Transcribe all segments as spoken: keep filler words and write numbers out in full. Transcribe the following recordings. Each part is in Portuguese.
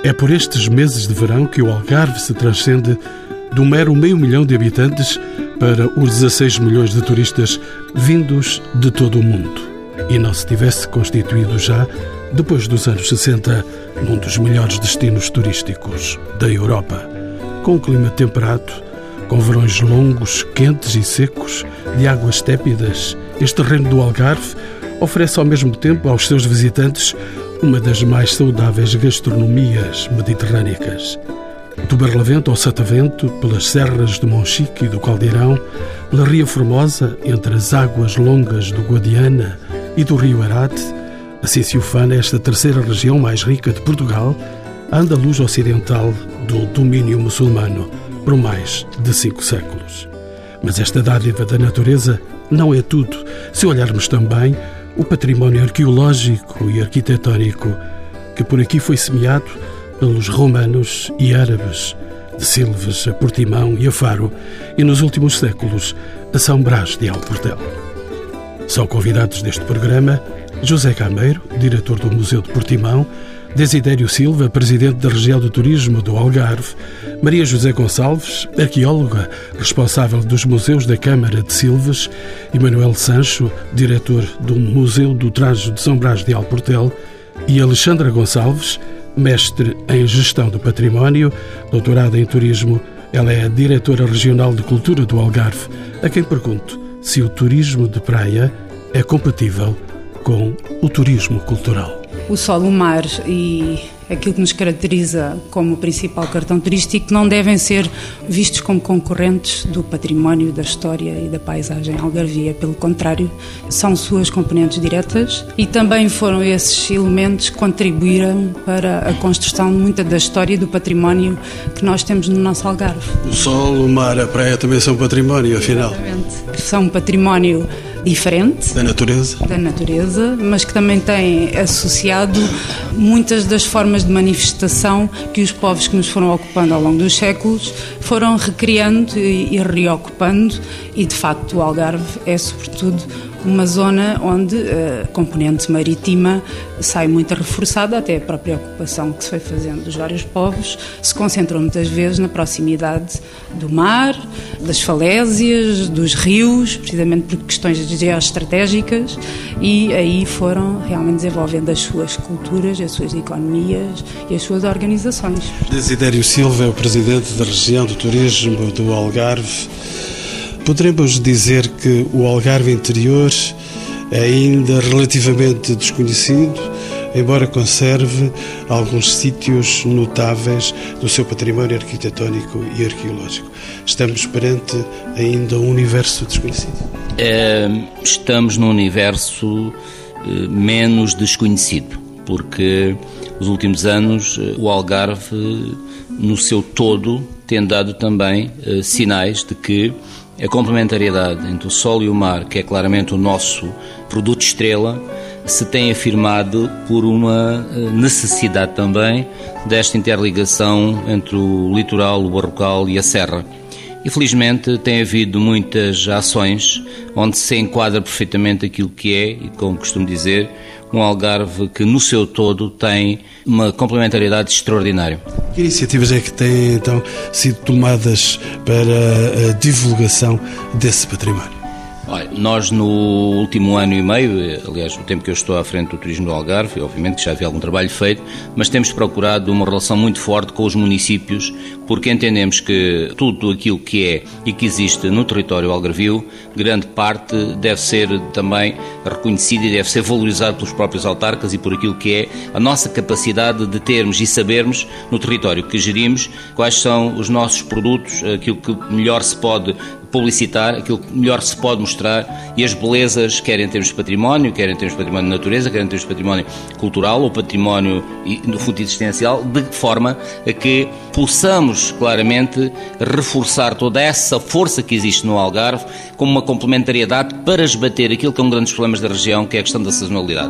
É por estes meses de verão que o Algarve se transcende do mero meio milhão de habitantes para os dezasseis milhões de turistas vindos de todo o mundo. E não se tivesse constituído já, depois dos anos sessenta, num dos melhores destinos turísticos da Europa. Com um clima temperado, com verões longos, quentes e secos, de águas tépidas, este reino do Algarve oferece ao mesmo tempo aos seus visitantes uma das mais saudáveis gastronomias mediterrânicas. Do Barlavento ao Sotavento, pelas serras do Monchique e do Caldeirão, pela Ria Formosa, entre as águas longas do Guadiana e do Rio Arate, assim se ufana esta terceira região mais rica de Portugal, a Andaluz Ocidental do domínio muçulmano, por mais de cinco séculos. Mas esta dádiva da natureza não é tudo, se olharmos também o património arqueológico e arquitetónico que por aqui foi semeado pelos romanos e árabes, de Silves a Portimão e a Faro, e nos últimos séculos a São Brás de Alportel. São convidados deste programa José Cameiro, diretor do Museu de Portimão, Desidério Silva, presidente da Região de Turismo do Algarve, Maria José Gonçalves, arqueóloga responsável dos museus da Câmara de Silves, e Manuel Sancho, diretor do Museu do Trajo de São Brás de Alportel, e Alexandra Gonçalves, mestre em Gestão do Património, doutorada em Turismo. Ela é a diretora regional de Cultura do Algarve, a quem pergunto se o turismo de praia é compatível com o turismo cultural. O sol, o mar e aquilo que nos caracteriza como principal cartão turístico não devem ser vistos como concorrentes do património, da história e da paisagem algarvia. Pelo contrário, são suas componentes diretas e também foram esses elementos que contribuíram para a construção de muita da história e do património que nós temos no nosso Algarve. O sol, o mar, a praia também são património, afinal. Exatamente. São um património diferente da natureza. da natureza, mas que também tem associado muitas das formas de manifestação que os povos que nos foram ocupando ao longo dos séculos foram recriando e reocupando, e de facto o Algarve é sobretudo uma zona onde a componente marítima sai muito reforçada, até a própria ocupação que se foi fazendo dos vários povos se concentrou muitas vezes na proximidade do mar, das falésias, dos rios, precisamente por questões geoestratégicas, e aí foram realmente desenvolvendo as suas culturas, as suas economias e as suas organizações. Desidério Silva é o presidente da Região de Turismo do Algarve. Poderemos dizer que o Algarve interior é ainda relativamente desconhecido, embora conserve alguns sítios notáveis do seu património arquitetónico e arqueológico. Estamos perante ainda um universo desconhecido? É, estamos num universo eh, menos desconhecido, porque nos últimos anos o Algarve, no seu todo, tem dado também eh, sinais de que a complementariedade entre o sol e o mar, que é claramente o nosso produto estrela, se tem afirmado por uma necessidade também desta interligação entre o litoral, o barrocal e a serra. E felizmente tem havido muitas ações onde se enquadra perfeitamente aquilo que é, e como costumo dizer, um Algarve que no seu todo tem uma complementariedade extraordinária. Que iniciativas é que têm então sido tomadas para a divulgação desse património? Olha, nós no último ano e meio, aliás, o tempo que eu estou à frente do turismo do Algarve, obviamente que já havia algum trabalho feito, mas temos procurado uma relação muito forte com os municípios, porque entendemos que tudo aquilo que é e que existe no território algarvio, grande parte deve ser também reconhecido e deve ser valorizado pelos próprios autarcas e por aquilo que é a nossa capacidade de termos e sabermos no território que gerimos quais são os nossos produtos, aquilo que melhor se pode publicitar, aquilo que melhor se pode mostrar e as belezas, quer em termos de património, quer em termos de património de natureza, quer em termos de património cultural ou património no fundo existencial, de forma a que possamos claramente reforçar toda essa força que existe no Algarve como uma complementariedade para esbater aquilo que é um dos grandes problemas da região, que é a questão da sazonalidade.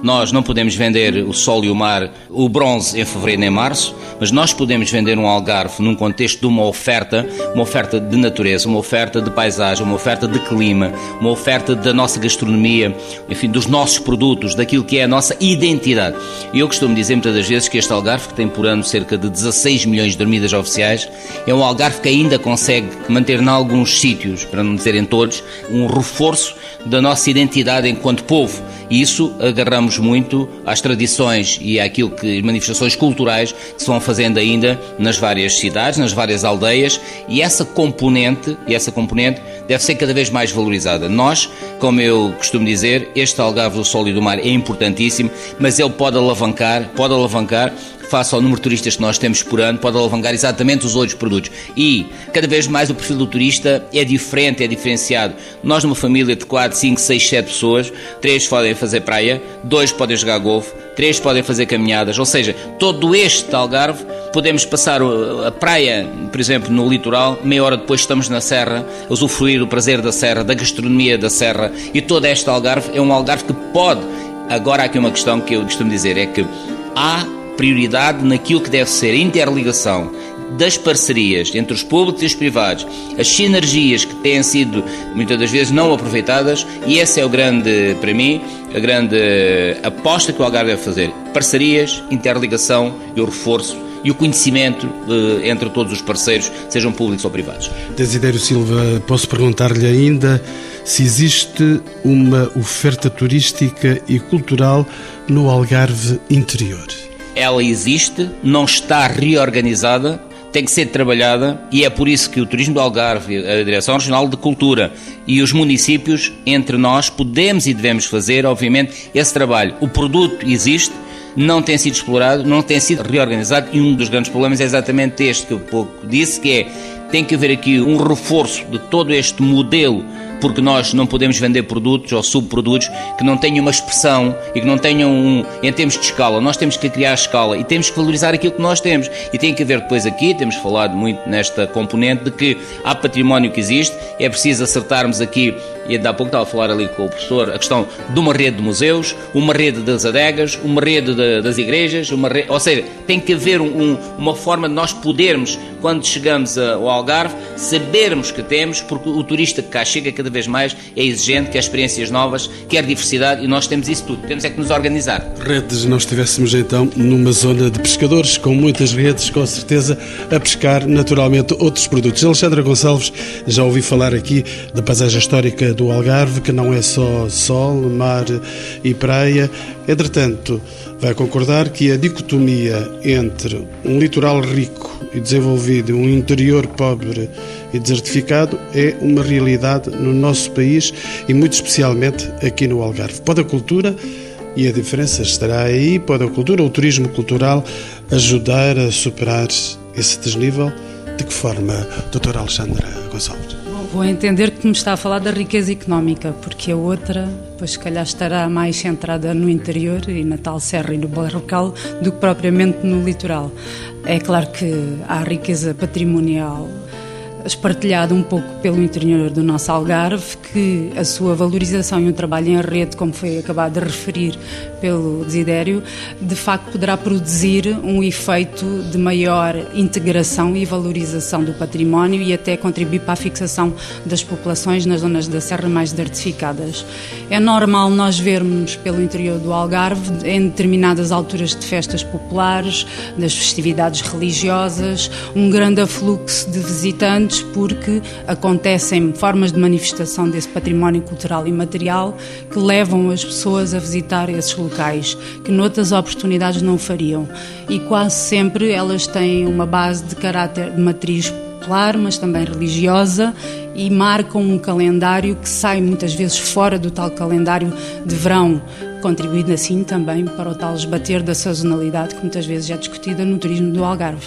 Nós não podemos vender o sol e o mar, o bronze em fevereiro nem março, mas nós podemos vender um Algarve num contexto de uma oferta, uma oferta de natureza, uma oferta de paisagem, uma oferta de clima, uma oferta da nossa gastronomia, enfim, dos nossos produtos, daquilo que é a nossa identidade. E eu costumo dizer muitas das vezes que este Algarve, que tem por ano cerca de dezasseis milhões de dormidas oficiais, é um Algarve que ainda consegue manter em alguns sítios, para não dizer em todos, um reforço da nossa identidade enquanto povo. E isso agarramos muito às tradições e àquilo que manifestações culturais que se vão fazendo ainda nas várias cidades, nas várias aldeias, e essa componente, e essa componente deve ser cada vez mais valorizada. Nós, como eu costumo dizer, este Algarve do Sol e do Mar é importantíssimo, mas ele pode alavancar, pode alavancar face ao número de turistas que nós temos por ano, pode alavancar exatamente os outros produtos. E cada vez mais o perfil do turista é diferente, é diferenciado. Nós, numa família de quatro, cinco, seis, sete pessoas, três podem fazer praia, dois podem jogar golfe, três podem fazer caminhadas, ou seja, todo este Algarve, podemos passar a praia, por exemplo, no litoral, meia hora depois estamos na serra, a usufruir do prazer da serra, da gastronomia da serra, e todo este Algarve é um Algarve que pode. Agora há aqui uma questão que eu costumo dizer, é que há prioridade naquilo que deve ser a interligação das parcerias entre os públicos e os privados, as sinergias que têm sido muitas das vezes não aproveitadas, e essa é o grande, para mim, a grande aposta que o Algarve deve fazer. Parcerias, interligação e o reforço e o conhecimento eh, entre todos os parceiros, sejam públicos ou privados. Desidério Silva, posso perguntar-lhe ainda se existe uma oferta turística e cultural no Algarve interior? Ela existe, não está reorganizada, tem que ser trabalhada, e é por isso que o Turismo do Algarve, a Direção Regional de Cultura e os municípios, entre nós, podemos e devemos fazer, obviamente, esse trabalho. O produto existe, não tem sido explorado, não tem sido reorganizado, e um dos grandes problemas é exatamente este que eu pouco disse, que é, tem que haver aqui um reforço de todo este modelo, porque nós não podemos vender produtos ou subprodutos que não tenham uma expressão e que não tenham, um, em termos de escala, nós temos que criar escala e temos que valorizar aquilo que nós temos. E tem que haver depois aqui, temos falado muito nesta componente de que há património que existe, é preciso acertarmos aqui, e ainda há pouco estava a falar ali com o professor, a questão de uma rede de museus, uma rede das adegas, uma rede de, das igrejas, uma rede, ou seja, tem que haver um, um, uma forma de nós podermos, quando chegamos ao Algarve, sabermos que temos, porque o turista que cá chega cada vez mais é exigente, quer experiências novas, quer diversidade, e nós temos isso tudo, temos é que nos organizar. Redes, nós estivéssemos então numa zona de pescadores, com muitas redes, com certeza, a pescar naturalmente outros produtos. Alexandra Gonçalves, já ouvi falar aqui da paisagem histórica do Algarve, que não é só sol, mar e praia. Entretanto, vai concordar que a dicotomia entre um litoral rico e desenvolvido e um interior pobre e desertificado é uma realidade no nosso país e muito especialmente aqui no Algarve. Pode a cultura, e a diferença estará aí, pode a cultura, o turismo cultural ajudar a superar esse desnível? De que forma, doutora Alexandra Gonçalves? Vou entender que me está a falar da riqueza económica, porque a outra, pois se calhar estará mais centrada no interior e na tal serra e no barrocal do que propriamente no litoral. É claro que há riqueza patrimonial espartilhado um pouco pelo interior do nosso Algarve, que a sua valorização e um trabalho em rede, como foi acabado de referir pelo Desidério, de facto poderá produzir um efeito de maior integração e valorização do património e até contribuir para a fixação das populações nas zonas da serra mais desertificadas. É normal nós vermos pelo interior do Algarve, em determinadas alturas de festas populares, das festividades religiosas, um grande afluxo de visitantes, porque acontecem formas de manifestação desse património cultural e material que levam as pessoas a visitar esses locais, que noutras oportunidades não o fariam. E quase sempre elas têm uma base de caráter de matriz popular, mas também religiosa, e marcam um calendário que sai muitas vezes fora do tal calendário de verão, contribuindo assim também para o tal esbater da sazonalidade que muitas vezes é discutida no turismo do Algarve.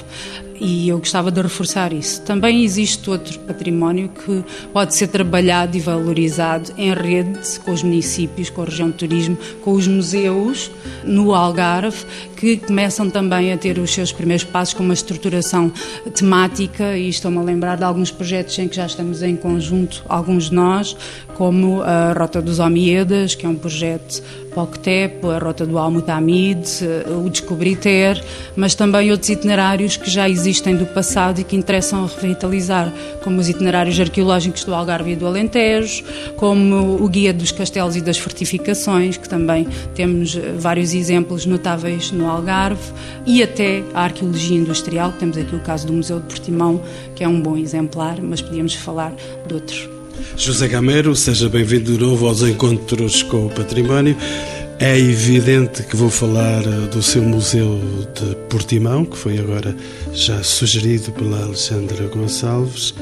E eu gostava de reforçar isso. Também existe outro património que pode ser trabalhado e valorizado em rede com os municípios, com a região de turismo, com os museus no Algarve, que começam também a ter os seus primeiros passos com uma estruturação temática, e estou-me a lembrar de alguns projetos em que já estamos em conjunto, alguns de nós, como a Rota dos Omiedas, que é um projeto Poctep, a Rota do Almutamid, o Descobriter, mas também outros itinerários que já existem do passado e que interessam revitalizar, como os itinerários arqueológicos do Algarve e do Alentejo, como o Guia dos Castelos e das Fortificações, que também temos vários exemplos notáveis no Algarve, e até a arqueologia industrial, que temos aqui o caso do Museu de Portimão, que é um bom exemplar, mas podíamos falar de outros. José Gameiro, seja bem-vindo de novo aos Encontros com o Património. É evidente que vou falar do seu Museu de Portimão, que foi agora já sugerido pela Alexandra Gonçalves.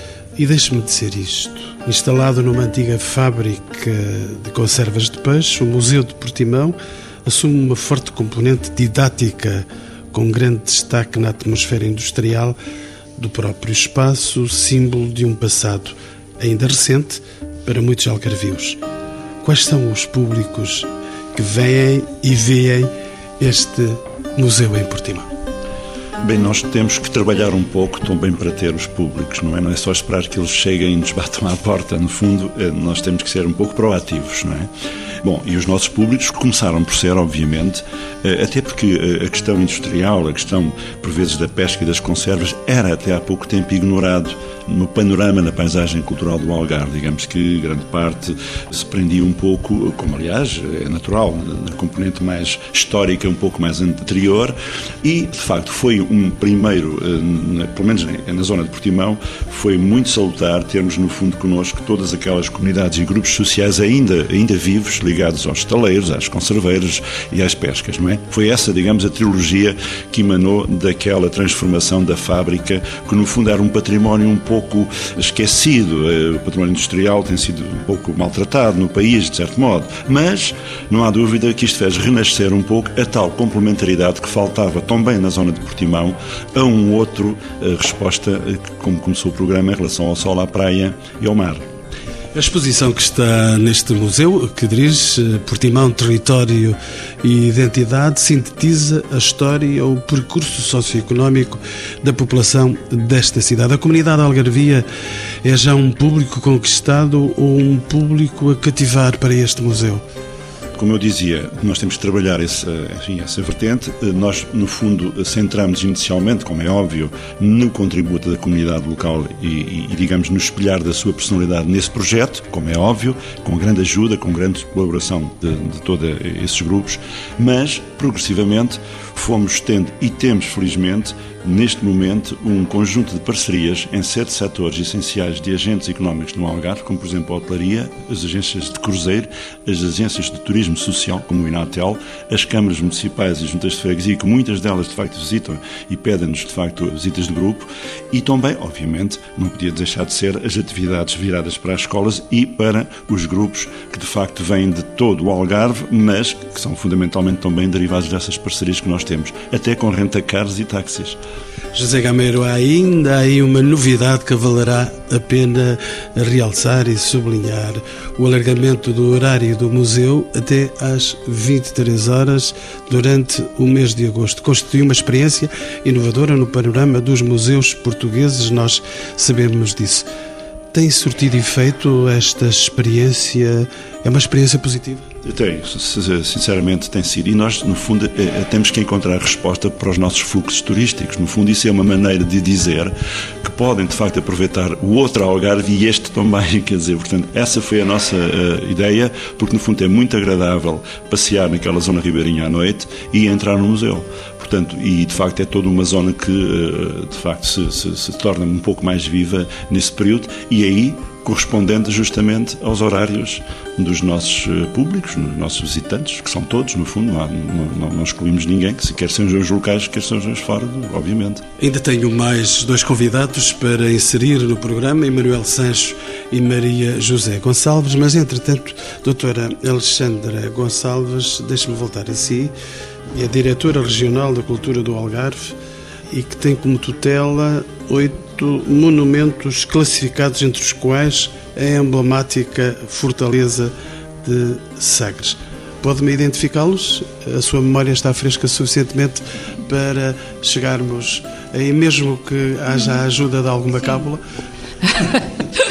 E deixe-me dizer isto. Instalado numa antiga fábrica de conservas de peixe, o Museu de Portimão assume uma forte componente didática, com grande destaque na atmosfera industrial do próprio espaço, símbolo de um passado ainda recente para muitos algarvios. Quais são os públicos que vêm e veem este museu em Portimão? Bem, nós temos que trabalhar um pouco também para ter os públicos, não é? Não é só esperar que eles cheguem e nos batam à porta. No fundo, nós temos que ser um pouco proativos, não é? Bom, e os nossos públicos começaram por ser, obviamente, até porque a questão industrial, a questão, por vezes, da pesca e das conservas, era até há pouco tempo ignorado no panorama, na paisagem cultural do Algarve. Digamos que grande parte se prendia um pouco, como aliás é natural, na componente mais histórica, um pouco mais anterior, e de facto foi um primeiro, pelo menos na zona de Portimão, foi muito salutar termos no fundo connosco todas aquelas comunidades e grupos sociais ainda, ainda vivos, ligados aos estaleiros, às conserveiras e às pescas, não é? Foi essa, digamos, a trilogia que emanou daquela transformação da fábrica, que no fundo era um património um pouco esquecido. O património industrial tem sido um pouco maltratado no país, de certo modo, mas não há dúvida que isto fez renascer um pouco a tal complementaridade que faltava também na zona de Portimão a um outro a resposta, como começou o programa, em relação ao sol, à praia e ao mar. A exposição que está neste museu, que dirige Portimão, Território e Identidade, sintetiza a história e o percurso socioeconómico da população desta cidade. A comunidade algarvia é já um público conquistado ou um público a cativar para este museu? Como eu dizia, nós temos que trabalhar esse, enfim, essa vertente. Nós, no fundo, centramos inicialmente, como é óbvio, no contributo da comunidade local e, e, digamos, no espelhar da sua personalidade nesse projeto, como é óbvio, com grande ajuda, com grande colaboração de, de todos esses grupos, mas, progressivamente, fomos tendo e temos, felizmente, neste momento, um conjunto de parcerias em sete setores essenciais de agentes económicos no Algarve, como, por exemplo, a hotelaria, as agências de cruzeiro, as agências de turismo social, como o Inatel, as câmaras municipais e juntas de freguesia, que muitas delas, de facto, visitam e pedem-nos, de facto, visitas de grupo, e também, obviamente, não podia deixar de ser as atividades viradas para as escolas e para os grupos que, de facto, vêm de todo o Algarve, mas que são fundamentalmente também derivados dessas parcerias que nós temos, até com rentacares e táxis. José Gameiro, há ainda aí uma novidade que valerá a pena realçar e sublinhar: o alargamento do horário do museu até às vinte e três horas durante o mês de agosto. Constitui uma experiência inovadora no panorama dos museus portugueses, nós sabemos disso. Tem surtido efeito esta experiência? É uma experiência positiva? Tem, sinceramente tem sido. E nós, no fundo, temos que encontrar resposta para os nossos fluxos turísticos. No fundo, isso é uma maneira de dizer que podem, de facto, aproveitar o outro Algarve e este também. Quer dizer, portanto, essa foi a nossa uh, ideia, porque, no fundo, é muito agradável passear naquela zona ribeirinha à noite e entrar no museu. Portanto, e de facto é toda uma zona que de facto se, se, se torna um pouco mais viva nesse período, e aí correspondente justamente aos horários dos nossos públicos, dos nossos visitantes, que são todos, no fundo, não, há, não, não excluímos ninguém, que quer sejam os locais, quer sejam os fora, obviamente. Ainda tenho mais dois convidados para inserir no programa, Emanuel Sancho e Maria José Gonçalves, mas entretanto, doutora Alexandra Gonçalves, deixe-me voltar a si. É diretora regional da Cultura do Algarve e que tem como tutela oito monumentos classificados, entre os quais a emblemática Fortaleza de Sagres. Pode-me identificá-los? A sua memória está fresca suficientemente para chegarmos aí, mesmo que haja a ajuda de alguma cábula?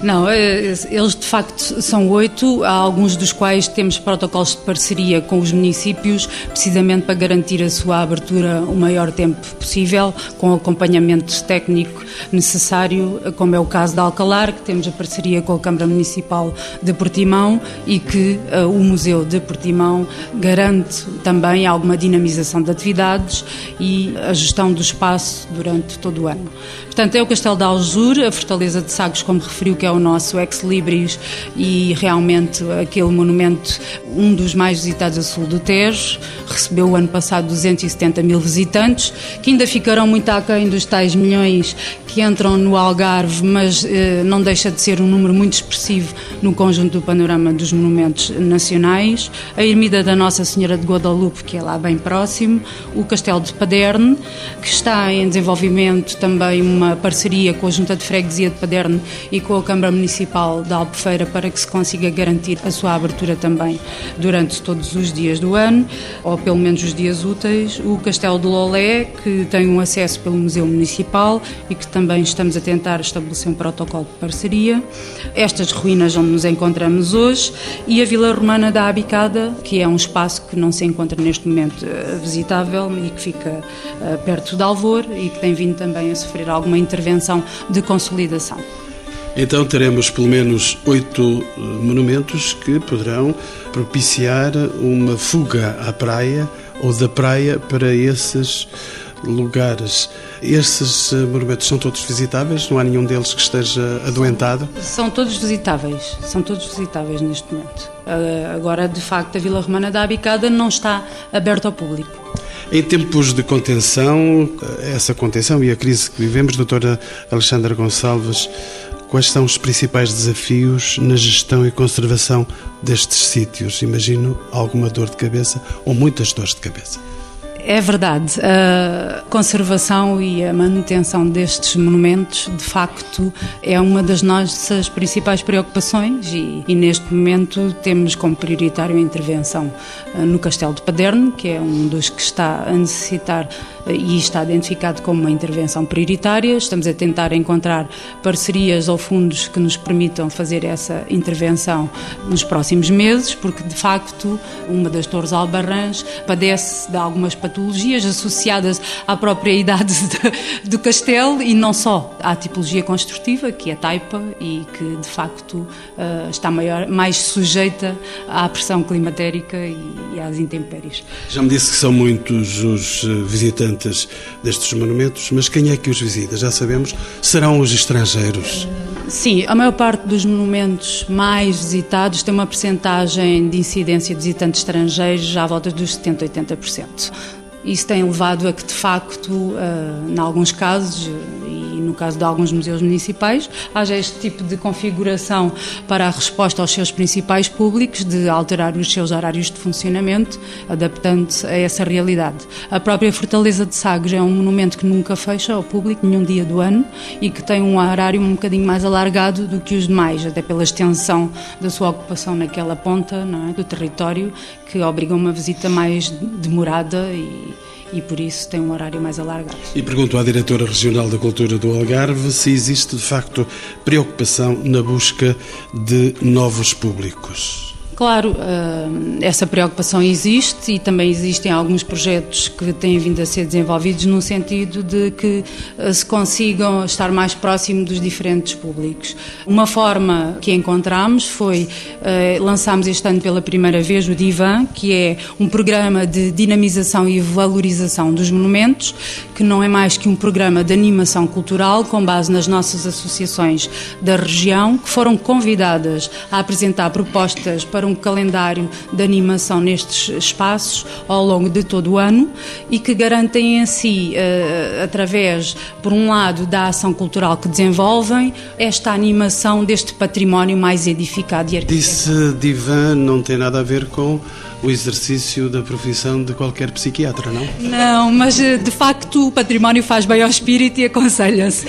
Não, eles de facto são oito, há alguns dos quais temos protocolos de parceria com os municípios, precisamente para garantir a sua abertura o maior tempo possível, com o acompanhamento técnico necessário, como é o caso de Alcalar, que temos a parceria com a Câmara Municipal de Portimão e que uh, o Museu de Portimão garante também alguma dinamização de atividades e a gestão do espaço durante todo o ano. Portanto, é o Castelo de Algesur, a Fortaleza de Sagres, como referiu, que é o nosso ex-libris e realmente aquele monumento, um dos mais visitados a sul do Tejo, recebeu o ano passado duzentos e setenta mil visitantes, que ainda ficarão muito aquém dos tais milhões que entram no Algarve, mas eh, não deixa de ser um número muito expressivo no conjunto do panorama dos monumentos nacionais. A Ermida da Nossa Senhora de Guadalupe, que é lá bem próximo, o Castelo de Paderne, que está em desenvolvimento também uma parceria com a Junta de Freguesia de Paderne e com a Câmara Municipal de Albufeira para que se consiga garantir a sua abertura também durante todos os dias do ano, ou pelo menos os dias úteis. O Castelo de Lolé, que tem um acesso pelo Museu Municipal e que também estamos a tentar estabelecer um protocolo de parceria. Estas ruínas onde nos encontramos hoje e a Vila Romana da Abicada, que é um espaço que não se encontra neste momento visitável e que fica perto de Alvor e que tem vindo também a sofrer alguma intervenção de consolidação. Então teremos pelo menos oito monumentos que poderão propiciar uma fuga à praia ou da praia para esses lugares. Esses monumentos são todos visitáveis? Não há nenhum deles que esteja adoentado? São todos visitáveis, são todos visitáveis neste momento. Agora, de facto, a Vila Romana da Abicada não está aberta ao público. Em tempos de contenção, essa contenção e a crise que vivemos, doutora Alexandra Gonçalves, quais são os principais desafios na gestão e conservação destes sítios? Imagino alguma dor de cabeça ou muitas dores de cabeça. É verdade, a conservação e a manutenção destes monumentos, de facto, é uma das nossas principais preocupações e, e neste momento temos como prioritário a intervenção no Castelo de Paderne, que é um dos que está a necessitar e está identificado como uma intervenção prioritária. Estamos a tentar encontrar parcerias ou fundos que nos permitam fazer essa intervenção nos próximos meses, porque de facto uma das torres albarrãs padece de algumas patologias associadas à própria idade de, do castelo e não só à tipologia construtiva, que é taipa e que de facto uh, está maior, mais sujeita à pressão climatérica e, e às intempéries. Já me disse que são muitos os visitantes destes monumentos, mas quem é que os visita? Já sabemos, serão os estrangeiros? Sim, a maior parte dos monumentos mais visitados tem uma percentagem de incidência de visitantes estrangeiros à volta dos setenta, oitenta por cento. Isso tem levado a que, de facto, em alguns casos, e no caso de alguns museus municipais, haja este tipo de configuração para a resposta aos seus principais públicos, de alterar os seus horários de funcionamento, adaptando-se a essa realidade. A própria Fortaleza de Sagres é um monumento que nunca fecha ao público, nenhum dia do ano, e que tem um horário um bocadinho mais alargado do que os demais, até pela extensão da sua ocupação naquela ponta, não é, do território, que obriga uma visita mais demorada e e por isso tem um horário mais alargado. E pergunto à Diretora Regional da Cultura do Algarve se existe, de facto, preocupação na busca de novos públicos. Claro, essa preocupação existe e também existem alguns projetos que têm vindo a ser desenvolvidos no sentido de que se consigam estar mais próximo dos diferentes públicos. Uma forma que encontramos foi, lançámos este ano pela primeira vez o Divan, que é um programa de dinamização e valorização dos monumentos, que não é mais que um programa de animação cultural com base nas nossas associações da região, que foram convidadas a apresentar propostas para um calendário de animação nestes espaços ao longo de todo o ano e que garantem em si, uh, através, por um lado, da ação cultural que desenvolvem, esta animação deste património mais edificado e arquitetônico. Disse Divan não tem nada a ver com o exercício da profissão de qualquer psiquiatra, não? Não, mas de facto o património faz bem ao espírito e aconselha-se.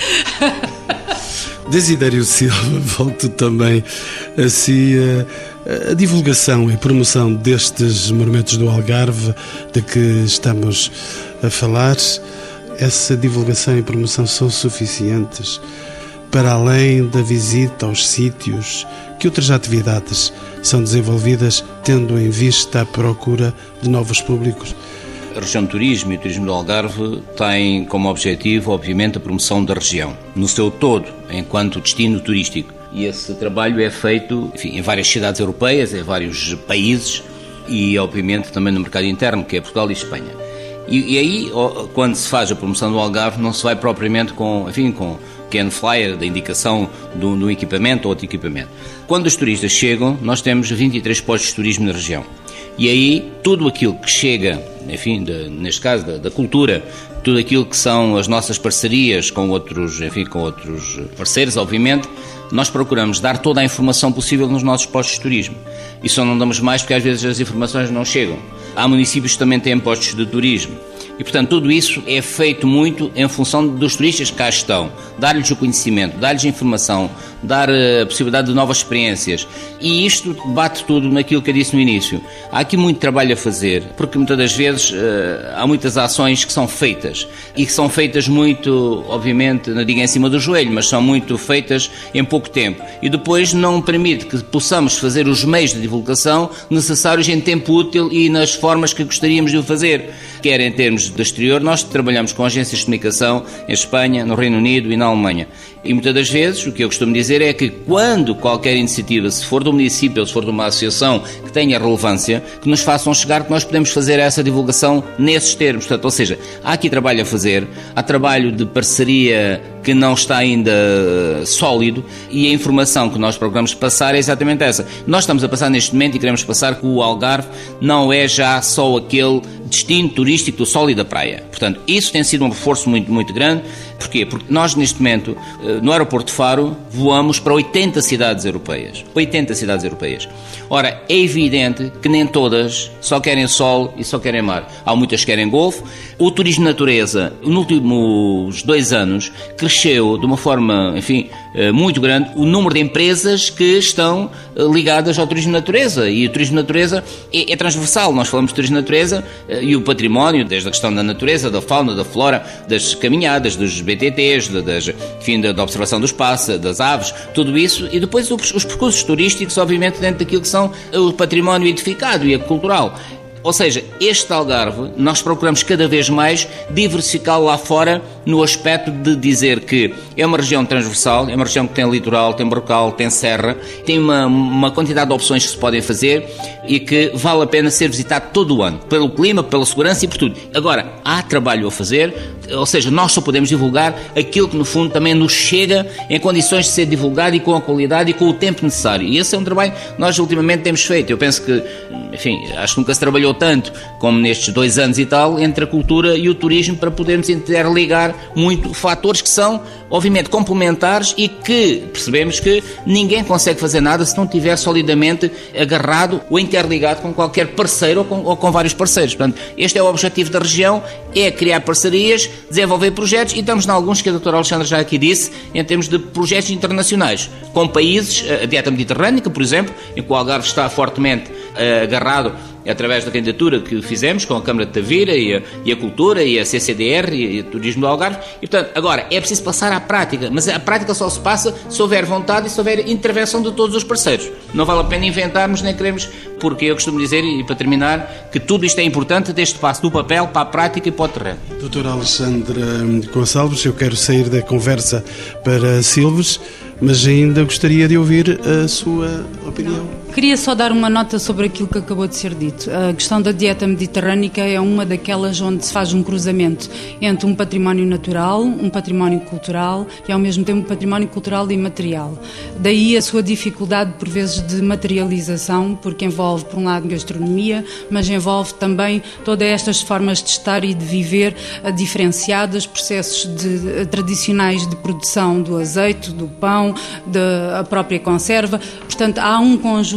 Desidério Silva, volto também a si. A divulgação e promoção destes monumentos do Algarve de que estamos a falar, essa divulgação e promoção são suficientes Para além da visita aos sítios, que outras atividades são desenvolvidas tendo em vista a procura de novos públicos? A região de turismo e o turismo do Algarve têm como objetivo, obviamente, a promoção da região, no seu todo, enquanto destino turístico. E esse trabalho é feito, enfim, em várias cidades europeias, em vários países e, obviamente, também no mercado interno, que é Portugal e Espanha. E, e aí, quando se faz a promoção do Algarve, não se vai propriamente com, enfim, com can flyer, da indicação de um equipamento ou outro equipamento. Quando os turistas chegam, nós temos vinte e três postos de turismo na região. E aí, tudo aquilo que chega, enfim, de, neste caso, da, da cultura, tudo aquilo que são as nossas parcerias com outros, enfim, com outros parceiros, obviamente, nós procuramos dar toda a informação possível nos nossos postos de turismo. E só não damos mais porque às vezes as informações não chegam. Há municípios que também têm postos de turismo. E, portanto, tudo isso é feito muito em função dos turistas que cá estão. Dar-lhes o conhecimento, dar-lhes informação, dar a possibilidade de novas experiências. E isto bate tudo naquilo que eu disse no início. Há aqui muito trabalho a fazer, porque muitas das vezes há muitas ações que são feitas. E que são feitas muito, obviamente, não digo em cima do joelho, mas são muito feitas em pouco tempo. E depois não permite que possamos fazer os meios de divulgação necessários em tempo útil e nas formas que gostaríamos de o fazer. Quer em termos do exterior, nós trabalhamos com agências de comunicação em Espanha, no Reino Unido e na Alemanha. E muitas das vezes, o que eu costumo dizer é que quando qualquer iniciativa, se for do município ou se for de uma associação que tenha relevância, que nos façam chegar que nós podemos fazer essa divulgação nesses termos. Portanto, ou seja, há aqui trabalho a fazer, há trabalho de parceria que não está ainda sólido e a informação que nós procuramos passar é exatamente essa. Nós estamos a passar neste momento e queremos passar que o Algarve não é já só aquele destino turístico do sol e da praia. Portanto, isso tem sido um reforço muito, muito grande. Porquê? Porque nós, neste momento, no aeroporto de Faro, voamos para oitenta cidades europeias. oitenta cidades europeias. Ora, é evidente que nem todas só querem sol e só querem mar. Há muitas que querem golfe. O turismo de natureza, nos últimos dois anos, cresceu de uma forma, enfim, muito grande o número de empresas que estão ligadas ao turismo de natureza. E o turismo de natureza é, é transversal. Nós falamos de turismo de natureza e o património, desde a questão da natureza, da fauna, da flora, das caminhadas, dos B T Ts, das, enfim, da, da observação dos pássaros, das aves, tudo isso. E depois os, os percursos turísticos, obviamente, dentro daquilo que são o património edificado e cultural. Ou seja, este Algarve, nós procuramos cada vez mais diversificá-lo lá fora no aspecto de dizer que é uma região transversal, é uma região que tem litoral, tem brocal, tem serra, tem uma, uma quantidade de opções que se podem fazer e que vale a pena ser visitado todo o ano, pelo clima, pela segurança e por tudo. Agora, há trabalho a fazer, ou seja, nós só podemos divulgar aquilo que no fundo também nos chega em condições de ser divulgado e com a qualidade e com o tempo necessário. E esse é um trabalho que nós ultimamente temos feito. Eu penso que, enfim, acho que nunca se trabalhou tanto como nestes dois anos e tal entre a cultura e o turismo para podermos interligar muito fatores que são, obviamente, complementares e que percebemos que ninguém consegue fazer nada se não estiver solidamente agarrado ou interligado com qualquer parceiro ou com, ou com vários parceiros. Portanto, este é o objetivo da região, é criar parcerias, desenvolver projetos e estamos em alguns que a doutora Alexandra já aqui disse, em termos de projetos internacionais, com países, a dieta mediterrânica, por exemplo, em que o Algarve está fortemente uh, agarrado através da candidatura que fizemos com a Câmara de Tavira e a, e a Cultura e a C C D R e, e o Turismo do Algarve. E, portanto, agora é preciso passar à prática, mas a prática só se passa se houver vontade e se houver intervenção de todos os parceiros. Não vale a pena inventarmos nem queremos, porque eu costumo dizer, e para terminar, que tudo isto é importante deste passo do papel para a prática e para o terreno. doutora Alexandra Gonçalves, eu quero sair da conversa para Silves, mas ainda gostaria de ouvir a sua opinião. Queria só dar uma nota sobre aquilo que acabou de ser dito. A questão da dieta mediterrânica é uma daquelas onde se faz um cruzamento entre um património natural, um património cultural e ao mesmo tempo um património cultural e material. Daí a sua dificuldade por vezes de materialização, porque envolve por um lado gastronomia, mas envolve também todas estas formas de estar e de viver diferenciadas, processos de, tradicionais de produção do azeite, do pão, da própria conserva. Portanto, há um conjunto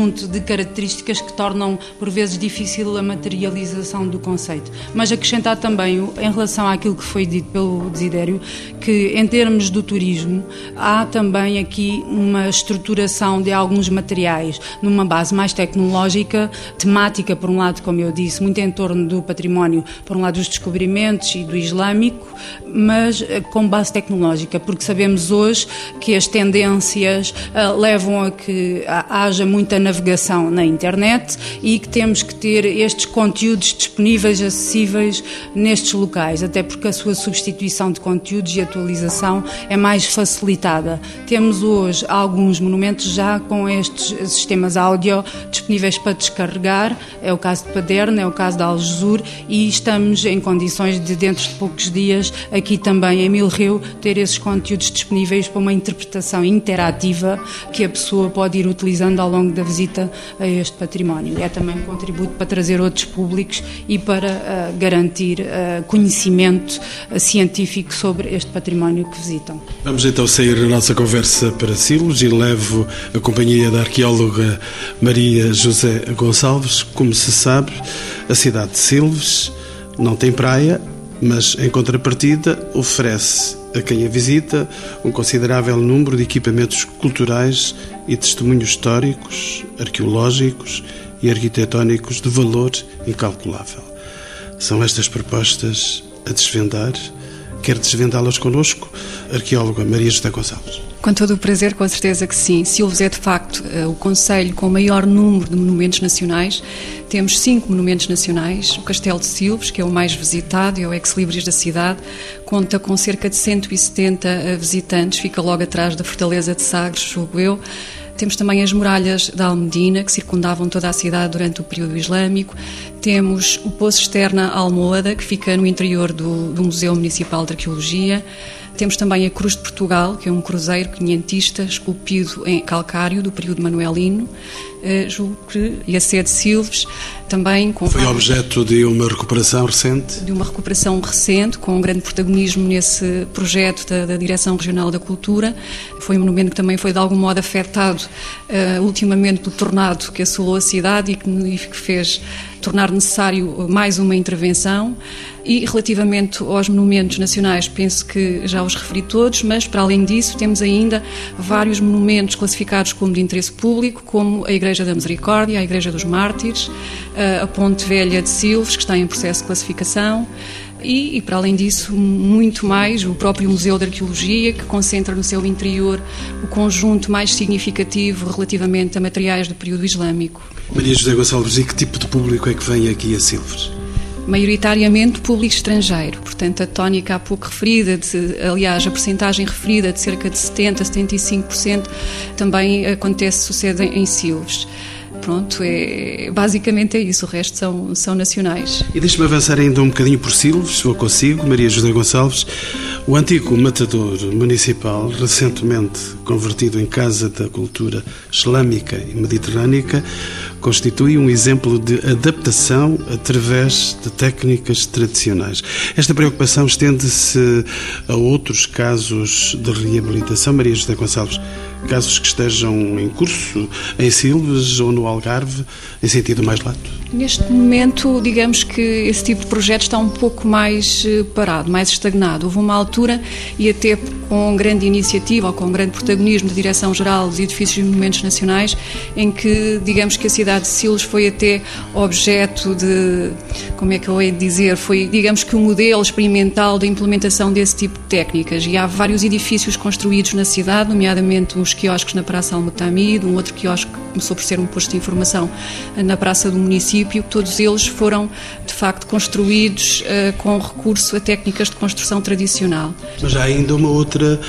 conjunto de características que tornam, por vezes, difícil a materialização do conceito. Mas acrescentar também, em relação àquilo que foi dito pelo Desidério, que em termos do turismo, há também aqui uma estruturação de alguns materiais, numa base mais tecnológica, temática, por um lado, como eu disse, muito em torno do património, por um lado dos descobrimentos e do islâmico, mas com base tecnológica, porque sabemos hoje que as tendências uh, levam a que haja muita navegação na internet e que temos que ter estes conteúdos disponíveis, acessíveis nestes locais, até porque a sua substituição de conteúdos e atualização é mais facilitada. Temos hoje alguns monumentos já com estes sistemas áudio disponíveis para descarregar, é o caso de Paderno, é o caso de Algesur, e estamos em condições de, dentro de poucos dias, aqui também em Milreu, ter esses conteúdos disponíveis para uma interpretação interativa que a pessoa pode ir utilizando ao longo da visita a este património. É também um contributo para trazer outros públicos e para uh, garantir uh, conhecimento uh, científico sobre este património que visitam. Vamos então sair a nossa conversa para Silves e levo a companhia da arqueóloga Maria José Gonçalves. Como se sabe, a cidade de Silves não tem praia, mas em contrapartida oferece a quem a visita um considerável número de equipamentos culturais e testemunhos históricos, arqueológicos e arquitetónicos de valor incalculável. São estas propostas a desvendar. Quer desvendá-las connosco, arqueóloga Maria José Gonçalves? Com todo o prazer, com certeza que sim. Silves é, de facto, o concelho com o maior número de monumentos nacionais. Temos cinco monumentos nacionais. O Castelo de Silves, que é o mais visitado, é o ex-libris da cidade, conta com cerca de cento e setenta visitantes, fica logo atrás da Fortaleza de Sagres, julgo eu. Temos também as muralhas da Almedina, que circundavam toda a cidade durante o período islâmico. Temos o Poço Externa Almohada, que fica no interior do, do Museu Municipal de Arqueologia. Temos também a Cruz de Portugal, que é um cruzeiro quinhentista esculpido em calcário do período manuelino, uh, julgo que, e a sede de Silves, também com... Foi objeto de uma recuperação recente? De uma recuperação recente, com um grande protagonismo nesse projeto da, da Direção Regional da Cultura. Foi um monumento que também foi de algum modo afetado uh, ultimamente pelo tornado que assolou a cidade e que, e que fez tornar necessário mais uma intervenção. E relativamente aos monumentos nacionais, penso que já os referi todos, mas para além disso temos ainda vários monumentos classificados como de interesse público, como a Igreja da Misericórdia, a Igreja dos Mártires, a Ponte Velha de Silves, que está em processo de classificação, e, e para além disso, muito mais, o próprio Museu de Arqueologia, que concentra no seu interior o conjunto mais significativo relativamente a materiais do período islâmico. Maria José Gonçalves, e que tipo de público é que vem aqui a Silves? Maioritariamente público estrangeiro, portanto a tónica há pouco referida, de, aliás a percentagem referida de cerca de setenta, setenta e cinco por cento também acontece, sucede em Silves. Pronto, é, basicamente é isso, o resto são, são nacionais. E deixe-me avançar ainda um bocadinho por Silves, se eu consigo, Maria José Gonçalves. O antigo matador municipal, recentemente convertido em Casa da Cultura Islâmica e Mediterrânica, constitui um exemplo de adaptação através de técnicas tradicionais. Esta preocupação estende-se a outros casos de reabilitação, Maria José Gonçalves? Casos que estejam em curso em Silves ou no Algarve, em sentido mais lato? Neste momento, digamos que esse tipo de projeto está um pouco mais parado, mais estagnado. Houve uma altura, e até com grande iniciativa ou com grande protagonismo da Direção-Geral dos Edifícios e Monumentos Nacionais, em que, digamos que a cidade de Silves foi até objeto de, como é que eu hei de dizer, foi, digamos que, o um modelo experimental da implementação desse tipo de técnicas. E há vários edifícios construídos na cidade, nomeadamente uns quiosques na Praça Almutamid, um outro quiosque que começou por ser um posto de informação na Praça do Município. Todos eles foram, de facto, construídos uh, com recurso a técnicas de construção tradicional. Mas há ainda uma outra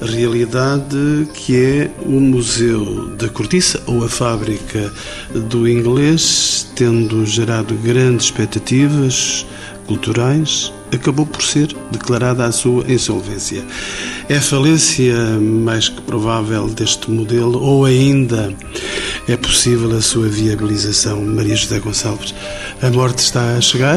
realidade, que é o Museu da Cortiça, ou a Fábrica do Inglês, tendo gerado grandes expectativas culturais, acabou por ser declarada a sua insolvência. É a falência mais que provável deste modelo, ou ainda é possível a sua viabilização, Maria José Gonçalves? A morte está a chegar?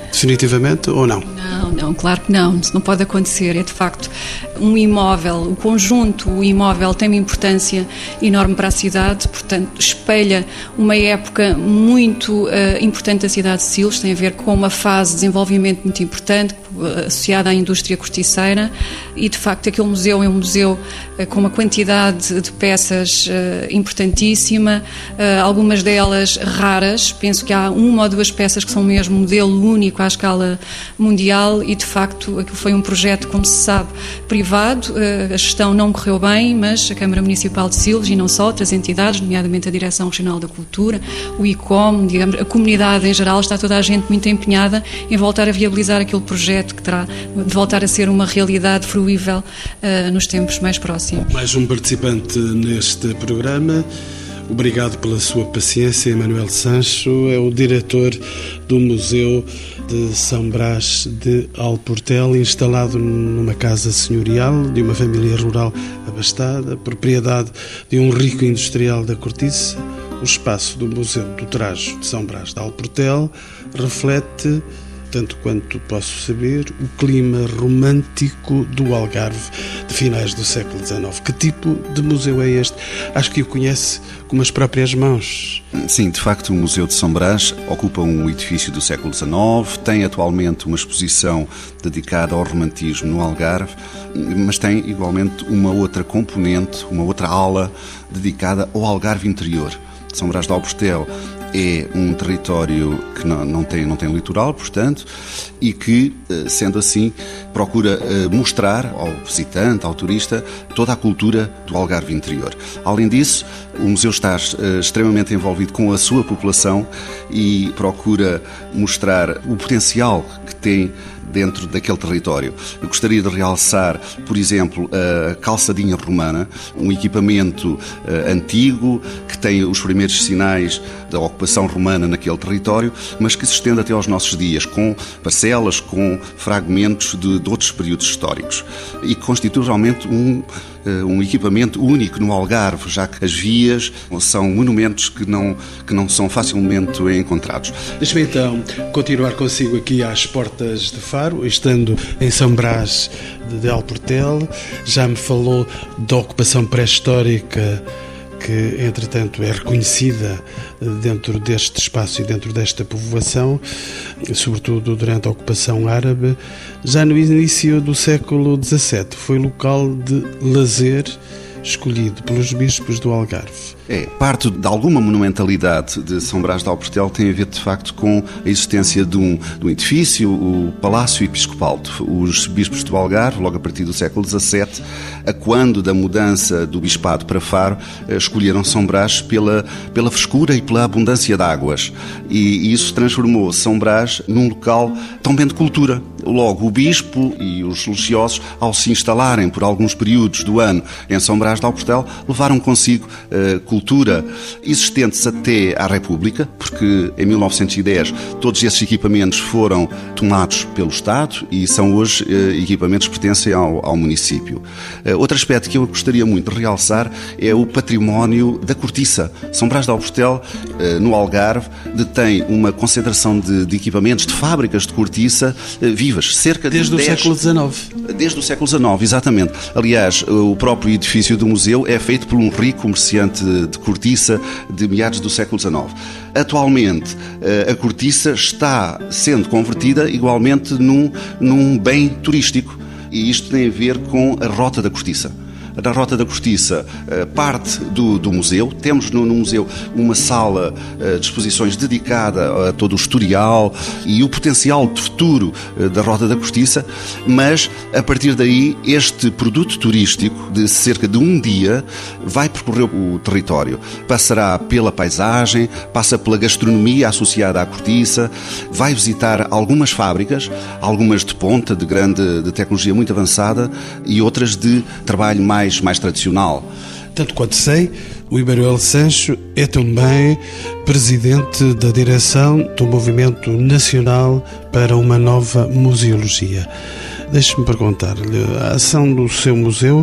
definitivamente, ou não? Não, não, claro que não, isso não pode acontecer. É de facto um imóvel, o conjunto, o imóvel tem uma importância enorme para a cidade, portanto espelha uma época muito uh, importante da cidade de Silos, tem a ver com uma fase de desenvolvimento muito importante, associada à indústria corticeira, e de facto aquele museu é um museu uh, com uma quantidade de peças uh, importantíssima, uh, algumas delas raras, penso que há uma ou duas peças que são mesmo modelo único à escala mundial, e de facto aquilo foi um projeto, como se sabe, privado, uh, a gestão não correu bem, mas a Câmara Municipal de Silos e não só, outras entidades, nomeadamente a Direção Regional da Cultura, o I C O M, digamos, a comunidade em geral, está toda a gente muito empenhada em voltar a viabilizar aquele projeto que terá de voltar a ser uma realidade fruível uh, nos tempos mais próximos. Mais um participante neste programa. Obrigado pela sua paciência. Emanuel Sancho é o diretor do Museu de São Brás de Alportel, instalado numa casa senhorial de uma família rural abastada, propriedade de um rico industrial da cortiça. O espaço do Museu do Trajo de São Brás de Alportel reflete, tanto quanto posso saber, o clima romântico do Algarve de finais do século dezenove. Que tipo de museu é este? Acho que o conhece com as próprias mãos. Sim, de facto, o Museu de São Brás ocupa um edifício do século dezenove, tem atualmente uma exposição dedicada ao romantismo no Algarve, mas tem igualmente uma outra componente, uma outra ala dedicada ao Algarve interior. São Brás de Alportel é um território que não, não, tem, não tem litoral, portanto, e que, sendo assim, procura mostrar ao visitante, ao turista, toda a cultura do Algarve interior. Além disso, o museu está extremamente envolvido com a sua população e procura mostrar o potencial que tem dentro daquele território. Eu gostaria de realçar, por exemplo, a calçadinha romana, um equipamento uh, antigo que tem os primeiros sinais da ocupação romana naquele território, mas que se estende até aos nossos dias, com parcelas, com fragmentos de, de outros períodos históricos, e que constitui realmente um, uh, um equipamento único no Algarve, já que as vias são monumentos que não, que não são facilmente encontrados. Deixa-me então continuar consigo aqui às portas de Faro, estando em São Brás de Alportel. Já me falou da ocupação pré-histórica que, entretanto, é reconhecida dentro deste espaço e dentro desta povoação, sobretudo durante a ocupação árabe. Já no início do século dezassete foi local de lazer escolhido pelos bispos do Algarve. É, parte de alguma monumentalidade de São Brás de Alportel tem a ver, de facto, com a existência de um, de um edifício, o Palácio Episcopal. Os bispos do Algarve, logo a partir do século dezassete, a quando da mudança do bispado para Faro, escolheram São Brás pela, pela frescura e pela abundância de águas. E isso transformou São Brás num local também de cultura. Logo, o bispo e os religiosos, ao se instalarem por alguns períodos do ano em São Brás de Alportel, levaram consigo uh, cultura existentes até à República, porque em mil novecentos e dez todos esses equipamentos foram tomados pelo Estado e são hoje uh, equipamentos que pertencem ao, ao município. Uh, outro aspecto que eu gostaria muito de realçar é o património da cortiça. São Brás de Alportel, uh, no Algarve, detém uma concentração de, de equipamentos, de fábricas de cortiça uh, vivas. Cerca Desde de o século dezenove. Desde o século dezenove, exatamente. Aliás, o próprio edifício do museu é feito por um rico comerciante de cortiça de meados do século dezenove. Atualmente, a cortiça está sendo convertida igualmente num, num bem turístico, e isto tem a ver com a Rota da Cortiça. Na Rota da Cortiça, parte do, do museu. Temos no, no museu uma sala de exposições dedicada a todo o historial e o potencial de futuro da Rota da Cortiça, mas a partir daí este produto turístico de cerca de um dia vai percorrer o território. Passará pela paisagem, passa pela gastronomia associada à cortiça, vai visitar algumas fábricas, algumas de ponta, de grande de tecnologia muito avançada, e outras de trabalho mais mais tradicional. Tanto quanto sei, o Emanuel Sancho é também presidente da direção do Movimento Nacional para uma Nova Museologia. Deixe-me perguntar-lhe, a ação do seu museu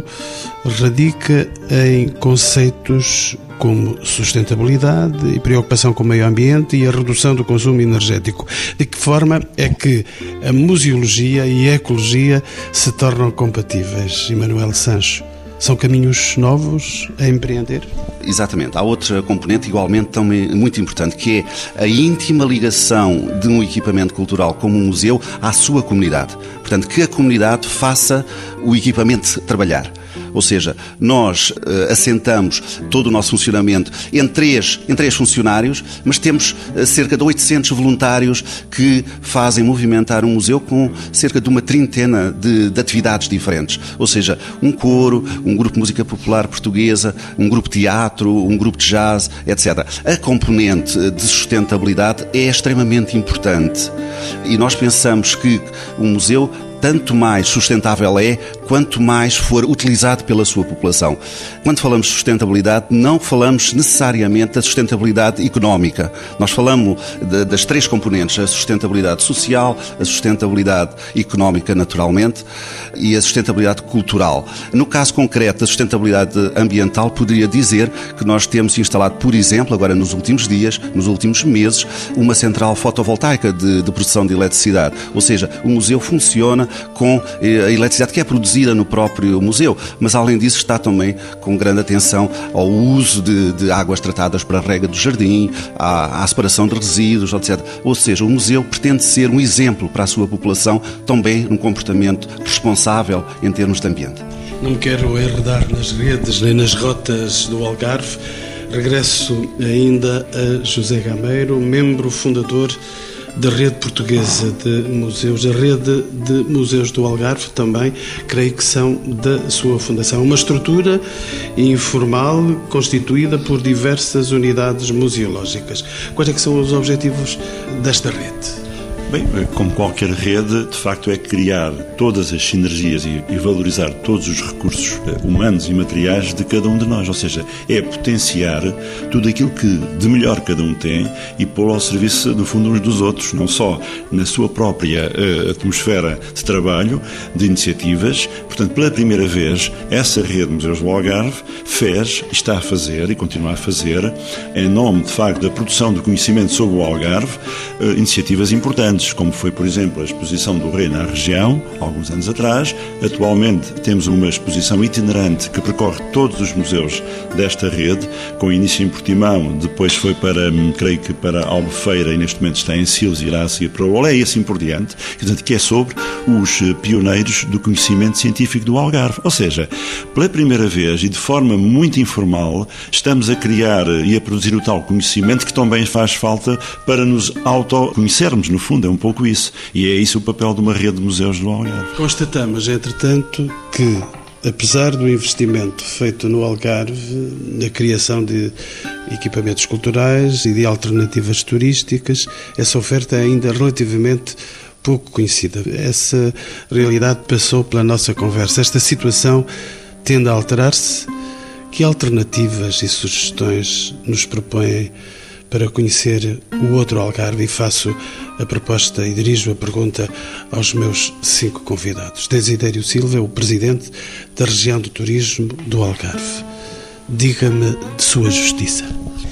radica em conceitos como sustentabilidade e preocupação com o meio ambiente e a redução do consumo energético. De que forma é que a museologia e a ecologia se tornam compatíveis, Emanuel Sancho? São caminhos novos a empreender? Exatamente. Há outra componente igualmente também muito importante, que é a íntima ligação de um equipamento cultural como um museu à sua comunidade. Portanto, que a comunidade faça o equipamento trabalhar. Ou seja, nós uh, assentamos todo o nosso funcionamento em três, em três funcionários, mas temos uh, cerca de oitocentos voluntários que fazem movimentar um museu com cerca de uma trintena de, de atividades diferentes. Ou seja, um coro, um grupo de música popular portuguesa, um grupo de teatro, um grupo de jazz, etcétera. A componente de sustentabilidade é extremamente importante e nós pensamos que o museu tanto mais sustentável é, quanto mais for utilizado pela sua população. Quando falamos de sustentabilidade, não falamos necessariamente da sustentabilidade económica. Nós falamos de, das três componentes, a sustentabilidade social, a sustentabilidade económica, naturalmente, e a sustentabilidade cultural. No caso concreto da sustentabilidade ambiental, poderia dizer que nós temos instalado, por exemplo, agora nos últimos dias, nos últimos meses, uma central fotovoltaica de, de produção de eletricidade. Ou seja, o museu funciona com a eletricidade que é produzida no próprio museu, mas além disso está também com grande atenção ao uso de, de águas tratadas para a rega do jardim, à, à separação de resíduos, etcétera. Ou seja, o museu pretende ser um exemplo para a sua população, também num comportamento responsável em termos de ambiente. Não me quero enredar nas redes nem nas rotas do Algarve. Regresso ainda a José Gameiro, membro fundador da Rede Portuguesa de Museus, a Rede de Museus do Algarve também, creio que são da sua fundação. Uma estrutura informal constituída por diversas unidades museológicas. Quais é que são os objetivos desta rede? Bem, como qualquer rede, de facto é criar todas as sinergias e valorizar todos os recursos humanos e materiais de cada um de nós, ou seja, é potenciar tudo aquilo que de melhor cada um tem e pô-lo ao serviço, no fundo, uns dos outros, não só na sua própria uh, atmosfera de trabalho, de iniciativas. Portanto, pela primeira vez, essa rede de Museus do Algarve fez, está a fazer e continua a fazer, em nome, de facto, da produção de conhecimento sobre o Algarve, uh, iniciativas importantes, como foi, por exemplo, a exposição do Rei na região, alguns anos atrás. Atualmente temos uma exposição itinerante que percorre todos os museus desta rede, com início em Portimão, depois foi para, creio que para Albufeira e neste momento está em Sils e irá a seguir para o Olé e assim por diante, que é sobre os pioneiros do conhecimento científico do Algarve. Ou seja, pela primeira vez e de forma muito informal, estamos a criar e a produzir o tal conhecimento que também faz falta para nos autoconhecermos, no fundo. É um pouco isso. E é isso o papel de uma rede de museus do Algarve. Constatamos, entretanto, que, apesar do investimento feito no Algarve, na criação de equipamentos culturais e de alternativas turísticas, essa oferta é ainda relativamente pouco conhecida. Essa realidade passou pela nossa conversa. Esta situação tende a alterar-se. Que alternativas e sugestões nos propõem para conhecer o outro Algarve? E faço a proposta e dirijo a pergunta aos meus cinco convidados. Desidério Silva é o presidente da região de turismo do Algarve. Diga-me de sua justiça.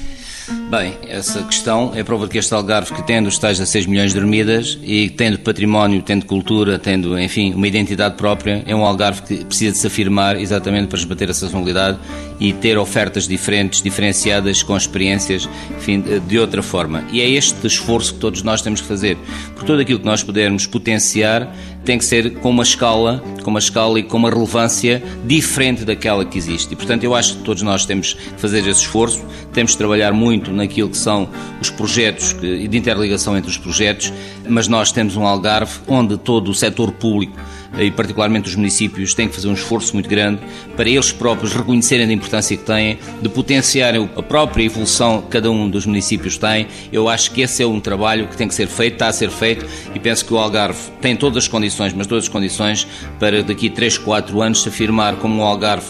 Bem, essa questão é prova de que este Algarve, que tendo os tais dezasseis milhões de ermidas e tendo património, tendo cultura, tendo, enfim, uma identidade própria, é um Algarve que precisa de se afirmar exatamente para esbater a sazonalidade e ter ofertas diferentes, diferenciadas, com experiências, enfim, de outra forma. E é este esforço que todos nós temos que fazer. Por tudo aquilo que nós pudermos potenciar, tem que ser com uma escala, com uma escala e com uma relevância diferente daquela que existe. E, portanto, eu acho que todos nós temos que fazer esse esforço, temos que trabalhar muito naquilo que são os projetos e de interligação entre os projetos, mas nós temos um Algarve onde todo o setor público e particularmente os municípios têm que fazer um esforço muito grande para eles próprios reconhecerem a importância que têm, de potenciarem a própria evolução que cada um dos municípios tem. Eu acho que esse é um trabalho que tem que ser feito, está a ser feito, e penso que o Algarve tem todas as condições, mas todas as condições para daqui a três, quatro anos se afirmar como um Algarve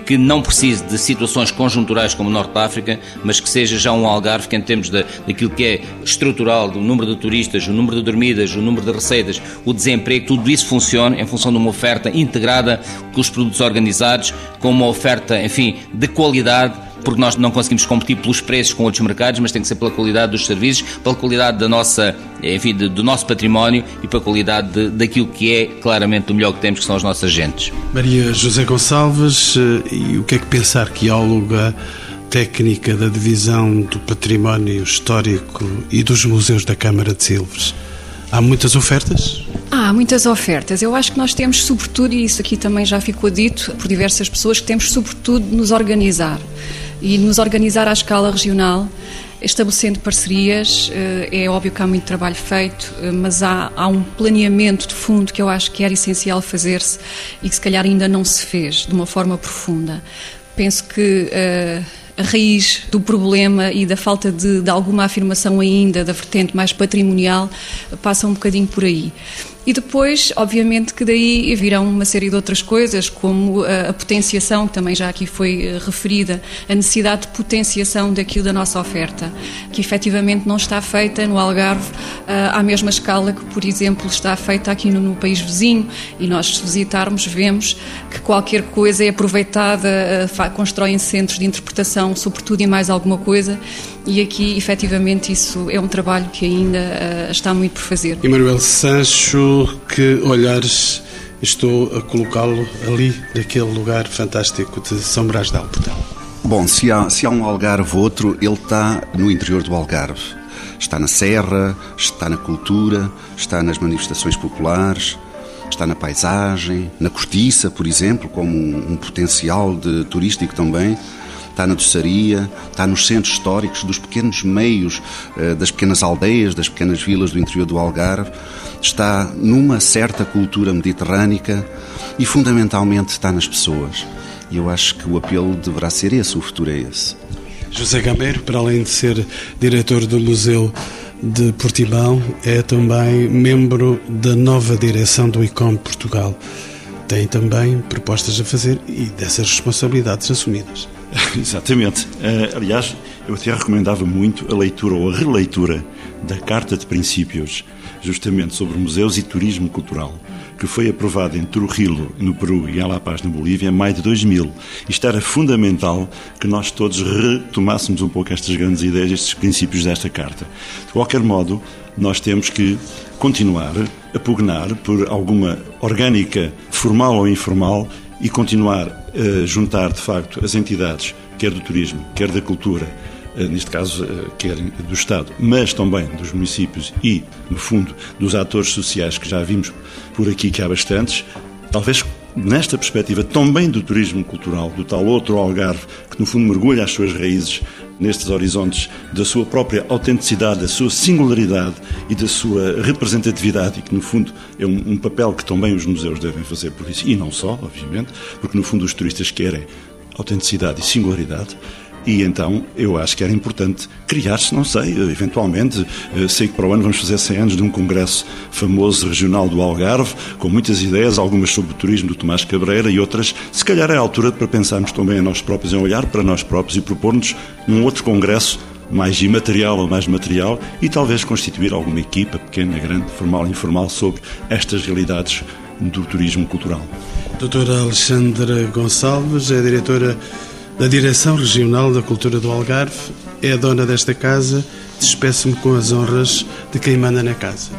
que não precise de situações conjunturais como o Norte da África, mas que seja já um Algarve que, em termos de, daquilo que é estrutural, do número de turistas, o número de dormidas, o número de receitas, o desemprego, tudo isso funcione em função de uma oferta integrada com os produtos organizados, com uma oferta, enfim, de qualidade, porque nós não conseguimos competir pelos preços com outros mercados, mas tem que ser pela qualidade dos serviços, pela qualidade da nossa, enfim, de, do nosso património e pela qualidade de, daquilo que é claramente o melhor que temos, que são as nossas gentes. Maria José Gonçalves, e o que é que pensa a arqueóloga técnica da Divisão do Património Histórico e dos Museus da Câmara de Silves? Há muitas ofertas? Há muitas ofertas. Eu acho que nós temos, sobretudo, e isso aqui também já ficou dito por diversas pessoas, que temos, sobretudo, de nos organizar. E nos organizar à escala regional, estabelecendo parcerias. É óbvio que há muito trabalho feito, mas há, há um planeamento de fundo que eu acho que era essencial fazer-se e que se calhar ainda não se fez de uma forma profunda. Penso que uh, a raiz do problema e da falta de, de alguma afirmação ainda da vertente mais patrimonial passa um bocadinho por aí. E depois, obviamente, que daí virão uma série de outras coisas, como a, a potenciação, que também já aqui foi uh, referida, a necessidade de potenciação daquilo da nossa oferta, que efetivamente não está feita no Algarve uh, à mesma escala que, por exemplo, está feita aqui no, no país vizinho. E nós, se visitarmos, vemos que qualquer coisa é aproveitada, uh, constroem centros de interpretação, sobretudo em mais alguma coisa, e aqui, efetivamente, isso é um trabalho que ainda uh, está muito por fazer. E Manuel Sancho, que olhares estou a colocá-lo ali, naquele lugar fantástico de São Brás de Alportel? Bom, se há, se há um Algarve outro, ele está no interior do Algarve. Está na serra, está na cultura, está nas manifestações populares, está na paisagem, na cortiça, por exemplo, como um, um potencial de, turístico também. Está na doçaria, está nos centros históricos dos pequenos meios, das pequenas aldeias, das pequenas vilas do interior do Algarve, está numa certa cultura mediterrânica e, fundamentalmente, está nas pessoas. E eu acho que o apelo deverá ser esse, o futuro é esse. José Gameiro, para além de ser diretor do Museu de Portimão, é também membro da nova direção do I C O M Portugal. Tem também propostas a fazer e dessas responsabilidades assumidas. Exatamente. Uh, aliás, eu até recomendava muito a leitura ou a releitura da Carta de Princípios, justamente sobre museus e turismo cultural, que foi aprovada em Trujillo, no Peru, e em La Paz, na Bolívia, em maio de dois mil. Isto era fundamental que nós todos retomássemos um pouco estas grandes ideias, estes princípios desta Carta. De qualquer modo, nós temos que continuar a pugnar por alguma orgânica, formal ou informal, e continuar a juntar, de facto, as entidades, quer do turismo, quer da cultura, neste caso, quer do Estado, mas também dos municípios e, no fundo, dos atores sociais que já vimos por aqui, que há bastantes, talvez nesta perspectiva também do turismo cultural, do tal outro Algarve, que no fundo mergulha as suas raízes nestes horizontes da sua própria autenticidade, da sua singularidade e da sua representatividade, e que no fundo é um, um papel que também os museus devem fazer por isso, e não só, obviamente, porque no fundo os turistas querem autenticidade e singularidade. E então eu acho que era importante criar-se, não sei, eventualmente, sei que para o ano vamos fazer cem anos de um congresso famoso regional do Algarve, com muitas ideias, algumas sobre o turismo do Tomás Cabreira e outras. Se calhar é a altura para pensarmos também a nós próprios, em olhar para nós próprios e propor-nos num outro congresso mais imaterial ou mais material e talvez constituir alguma equipa, pequena, grande, formal, informal, sobre estas realidades do turismo cultural. Doutora Alexandra Gonçalves é diretora da Direção Regional da Cultura do Algarve, é a dona desta casa, despeço-me com as honras de quem manda na casa.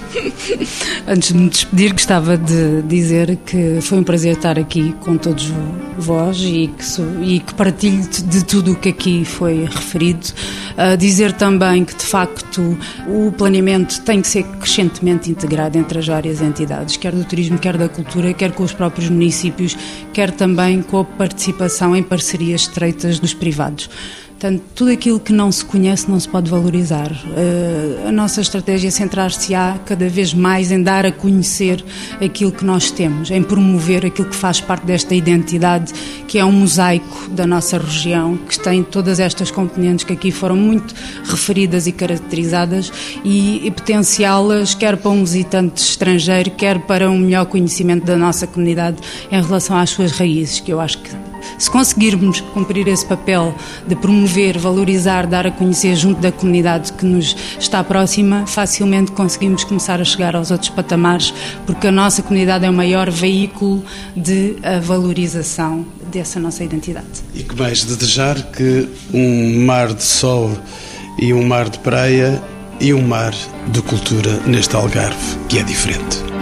Antes de me despedir, gostava de dizer que foi um prazer estar aqui com todos vós e que, sou, e que partilho de tudo o que aqui foi referido. Uh, dizer também que, de facto, o planeamento tem que ser crescentemente integrado entre as várias entidades, quer do turismo, quer da cultura, quer com os próprios municípios, quer também com a participação em parcerias estreitas dos privados. Portanto, tudo aquilo que não se conhece não se pode valorizar. Uh, a nossa estratégia é centrar-se-á cada vez mais em dar a conhecer aquilo que nós temos, em promover aquilo que faz parte desta identidade, que é um mosaico da nossa região, que tem todas estas componentes que aqui foram muito referidas e caracterizadas, e, e potenciá-las quer para um visitante estrangeiro, quer para um melhor conhecimento da nossa comunidade em relação às suas raízes, que eu acho que Se conseguirmos cumprir esse papel de promover, valorizar, dar a conhecer junto da comunidade que nos está próxima, facilmente conseguimos começar a chegar aos outros patamares, porque a nossa comunidade é o maior veículo de valorização dessa nossa identidade. E que mais desejar que um mar de sol e um mar de praia e um mar de cultura neste Algarve, que é diferente.